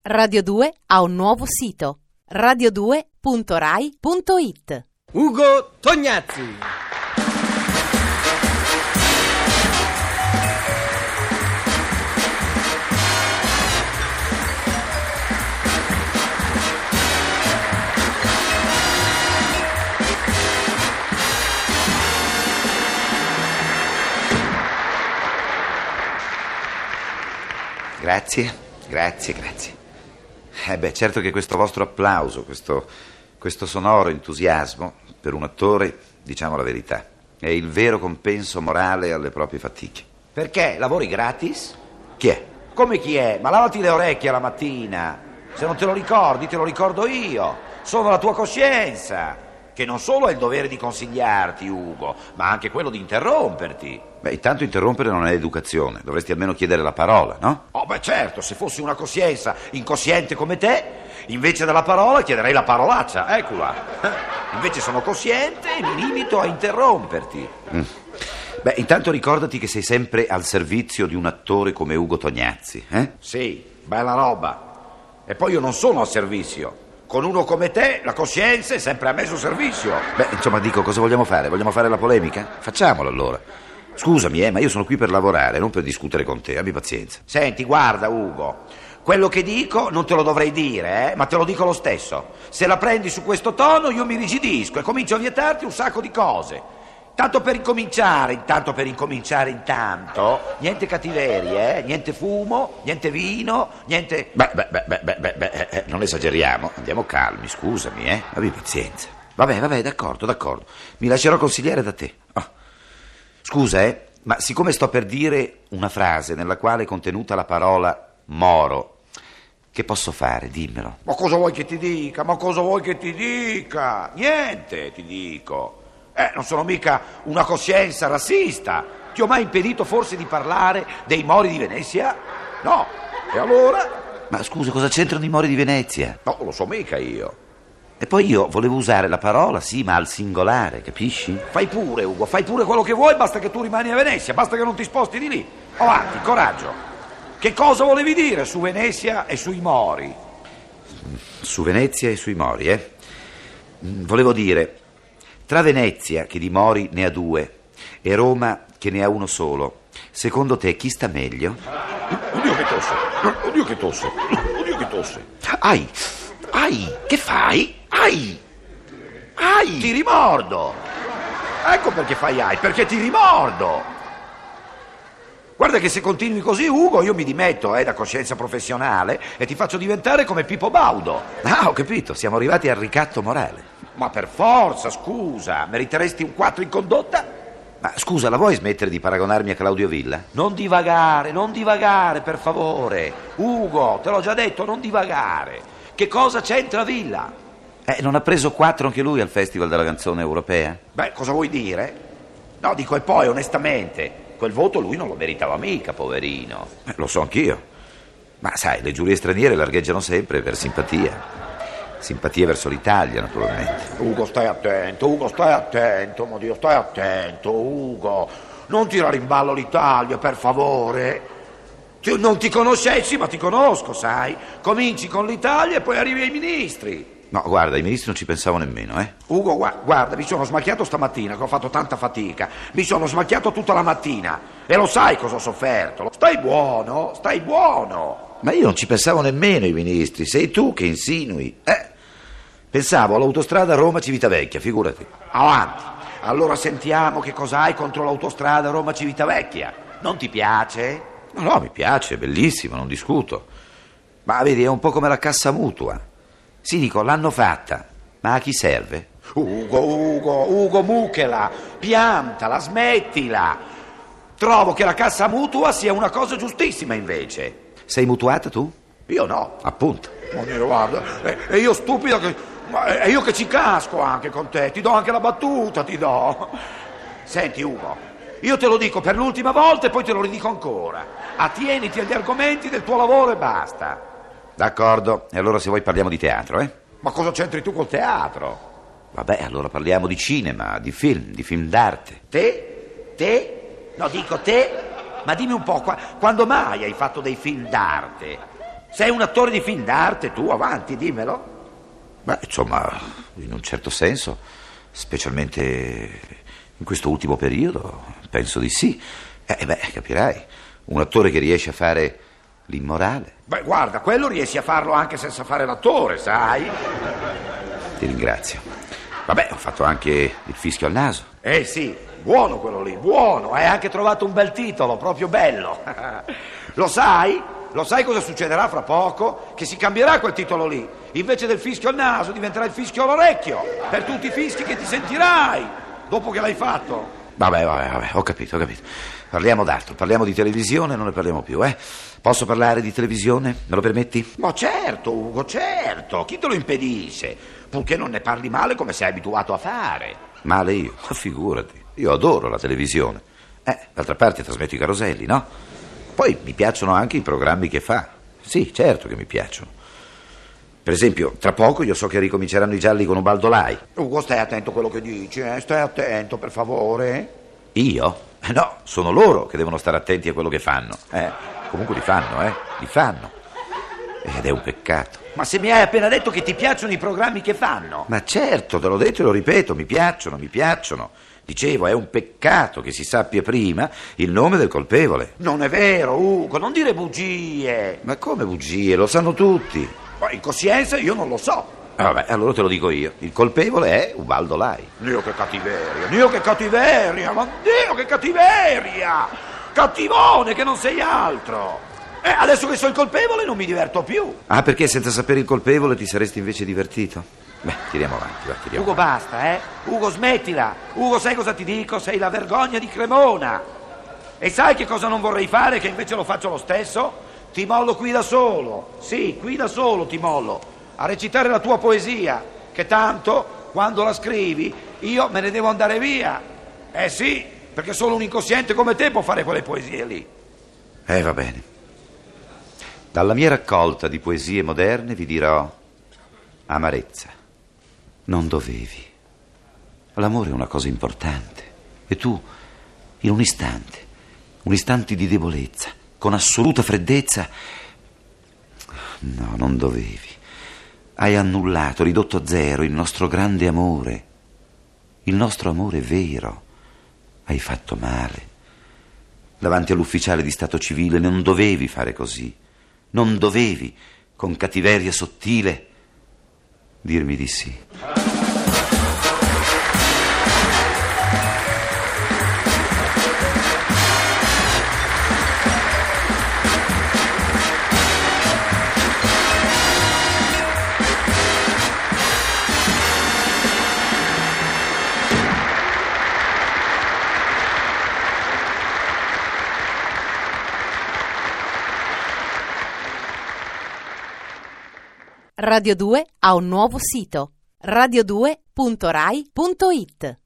Radio 2 ha un nuovo sito: radio2.rai.it. Ugo Tognazzi. Grazie. Certo che questo vostro applauso, questo sonoro entusiasmo per un attore, diciamo la verità, è il vero compenso morale alle proprie fatiche. Perché? Lavori gratis? Chi è? Come chi è? Ma lavati le orecchie la mattina. Se non te lo ricordi, te lo ricordo io. Sono la tua coscienza, che non solo ha il dovere di consigliarti, Ugo, ma anche quello di interromperti. Intanto interrompere non è educazione, dovresti almeno chiedere la parola, no? Certo, se fossi una coscienza incosciente come te, invece della parola chiederei la parolaccia, eccola. Invece sono cosciente e mi limito a interromperti. Intanto ricordati che sei sempre al servizio di un attore come Ugo Tognazzi, eh? Sì, bella roba. E poi io non sono al servizio. Con uno come te, la coscienza è sempre a messo servizio. Cosa vogliamo fare? Vogliamo fare la polemica? Facciamola allora. Scusami, ma io sono qui per lavorare, non per discutere con te, abbi pazienza. Senti, guarda, Ugo, quello che dico non te lo dovrei dire, ma te lo dico lo stesso. Se la prendi su questo tono, io mi rigidisco e comincio a vietarti un sacco di cose. Tanto per incominciare, niente cattiverie, niente fumo, niente vino, niente... Non esageriamo, andiamo calmi, scusami, abbi pazienza. Vabbè, d'accordo, mi lascerò consigliare da te. Scusa, ma siccome sto per dire una frase nella quale è contenuta la parola moro, che posso fare? Dimmelo. Ma cosa vuoi che ti dica? Niente, ti dico. Non sono mica una coscienza razzista. Ti ho mai impedito forse di parlare dei Mori di Venezia? No. E allora? Ma scusa, cosa c'entrano i Mori di Venezia? No, non lo so mica io. E poi io volevo usare la parola, sì, ma al singolare, capisci? Fai pure, Ugo, fai pure quello che vuoi, basta che tu rimani a Venezia, basta che non ti sposti di lì. Avanti, coraggio. Che cosa volevi dire su Venezia e sui Mori? Su Venezia e sui Mori, Volevo dire, tra Venezia, che di Mori ne ha due, e Roma, che ne ha uno solo, secondo te chi sta meglio? Oddio che tosse. Ai, che fai? Ai! Ti rimordo! Ecco perché fai ai, perché ti rimordo! Guarda che se continui così, Ugo, io mi dimetto da coscienza professionale e ti faccio diventare come Pippo Baudo. Ho capito, siamo arrivati al ricatto morale. Ma per forza, scusa, meriteresti un 4 in condotta? Ma scusa, la vuoi smettere di paragonarmi a Claudio Villa? Non divagare, per favore. Ugo, te l'ho già detto, non divagare. Che cosa c'entra Villa? Non ha preso 4 anche lui al Festival della Canzone Europea? Cosa vuoi dire? No, dico, e poi, onestamente, quel voto lui non lo meritava mica, poverino. Lo so anch'io. Ma sai, le giurie straniere largheggiano sempre per simpatia. Simpatia verso l'Italia, naturalmente. Ugo, stai attento, mio Dio, stai attento, Ugo. Non tirare in ballo l'Italia, per favore. Non ti conoscessi, ma ti conosco, sai. Cominci con l'Italia e poi arrivi ai ministri. No, guarda, i ministri non ci pensavo nemmeno, Ugo, guarda, mi sono smacchiato stamattina, che ho fatto tanta fatica. Mi sono smacchiato tutta la mattina. E lo sai cosa ho sofferto. Stai buono. Ma io non ci pensavo nemmeno ai ministri, sei tu che insinui. Pensavo all'autostrada Roma-Civitavecchia, figurati. Avanti. Allora sentiamo che cosa hai contro l'autostrada Roma-Civitavecchia. Non ti piace? No, mi piace, è bellissimo, non discuto. Ma vedi, è un po' come la cassa mutua. Sì, dico, l'hanno fatta, ma a chi serve? Ugo, mucchela, piantala, smettila. Trovo che la cassa mutua sia una cosa giustissima, invece. Sei mutuata tu? Io no. Appunto. Guarda, e io stupido che... E io che ci casco anche con te, ti do anche la battuta, ti do. Senti, Ugo, io te lo dico per l'ultima volta e poi te lo ridico ancora. Attieniti agli argomenti del tuo lavoro e basta. D'accordo, e allora se vuoi parliamo di teatro, Ma cosa c'entri tu col teatro? Vabbè, allora parliamo di cinema, di film d'arte. Te? No, dico te. Ma dimmi un po', quando mai hai fatto dei film d'arte? Sei un attore di film d'arte, tu, avanti, dimmelo. Beh, insomma, in un certo senso, specialmente in questo ultimo periodo, penso di sì. Capirai, un attore che riesce a fare l'immorale. Beh, guarda, quello riesci a farlo anche senza fare l'attore, sai? Ti ringrazio. Vabbè, ho fatto anche il fischio al naso. Sì, buono quello lì, buono. Hai anche trovato un bel titolo, proprio bello. Lo sai? Lo sai cosa succederà fra poco? Che si cambierà quel titolo lì. Invece del fischio al naso diventerà il fischio all'orecchio. Per tutti i fischi che ti sentirai dopo che l'hai fatto. Vabbè, ho capito. Parliamo d'altro, parliamo di televisione, non ne parliamo più, eh? Posso parlare di televisione? Me lo permetti? Ma certo, Ugo, certo. Chi te lo impedisce? Purché non ne parli male come sei abituato a fare. Male io? Ma figurati, io adoro la televisione. D'altra parte trasmetto i caroselli, no? Poi mi piacciono anche i programmi che fa. Sì, certo che mi piacciono. Per esempio, tra poco io so che ricominceranno i gialli con Ubaldolai. Ugo, stai attento a quello che dici, stai attento, per favore. Io? No, sono loro che devono stare attenti a quello che fanno. Comunque li fanno. Ed è un peccato. Ma se mi hai appena detto che ti piacciono i programmi che fanno. Ma certo, te l'ho detto e lo ripeto, mi piacciono. Dicevo, è un peccato che si sappia prima il nome del colpevole. Non è vero, Ugo, non dire bugie. Ma come bugie? Lo sanno tutti. Ma in coscienza io non lo so. Vabbè, allora te lo dico io. Il colpevole è Ubaldolai. Dio che cattiveria, ma Dio che cattiveria! Cattivone che non sei altro. Adesso che so il colpevole non mi diverto più. Ah, perché senza sapere il colpevole ti saresti invece divertito? Beh, tiriamo avanti, Ugo, basta, Ugo, smettila. Ugo, sai cosa ti dico? Sei la vergogna di Cremona. E sai che cosa non vorrei fare, che invece lo faccio lo stesso? Ti mollo qui da solo. Sì, qui da solo ti mollo. A recitare la tua poesia, che tanto, quando la scrivi, io me ne devo andare via. Sì, perché solo un incosciente come te può fare quelle poesie lì. Va bene. Dalla mia raccolta di poesie moderne vi dirò amarezza. Non dovevi. L'amore è una cosa importante. E tu, in un istante di debolezza, con assoluta freddezza, no, non dovevi. Hai annullato, ridotto a zero il nostro grande amore, il nostro amore vero. Hai fatto male. Davanti all'ufficiale di stato civile non dovevi fare così. Non dovevi, con cattiveria sottile, dirmi di sì. Radio 2 ha un nuovo sito: radio2.rai.it.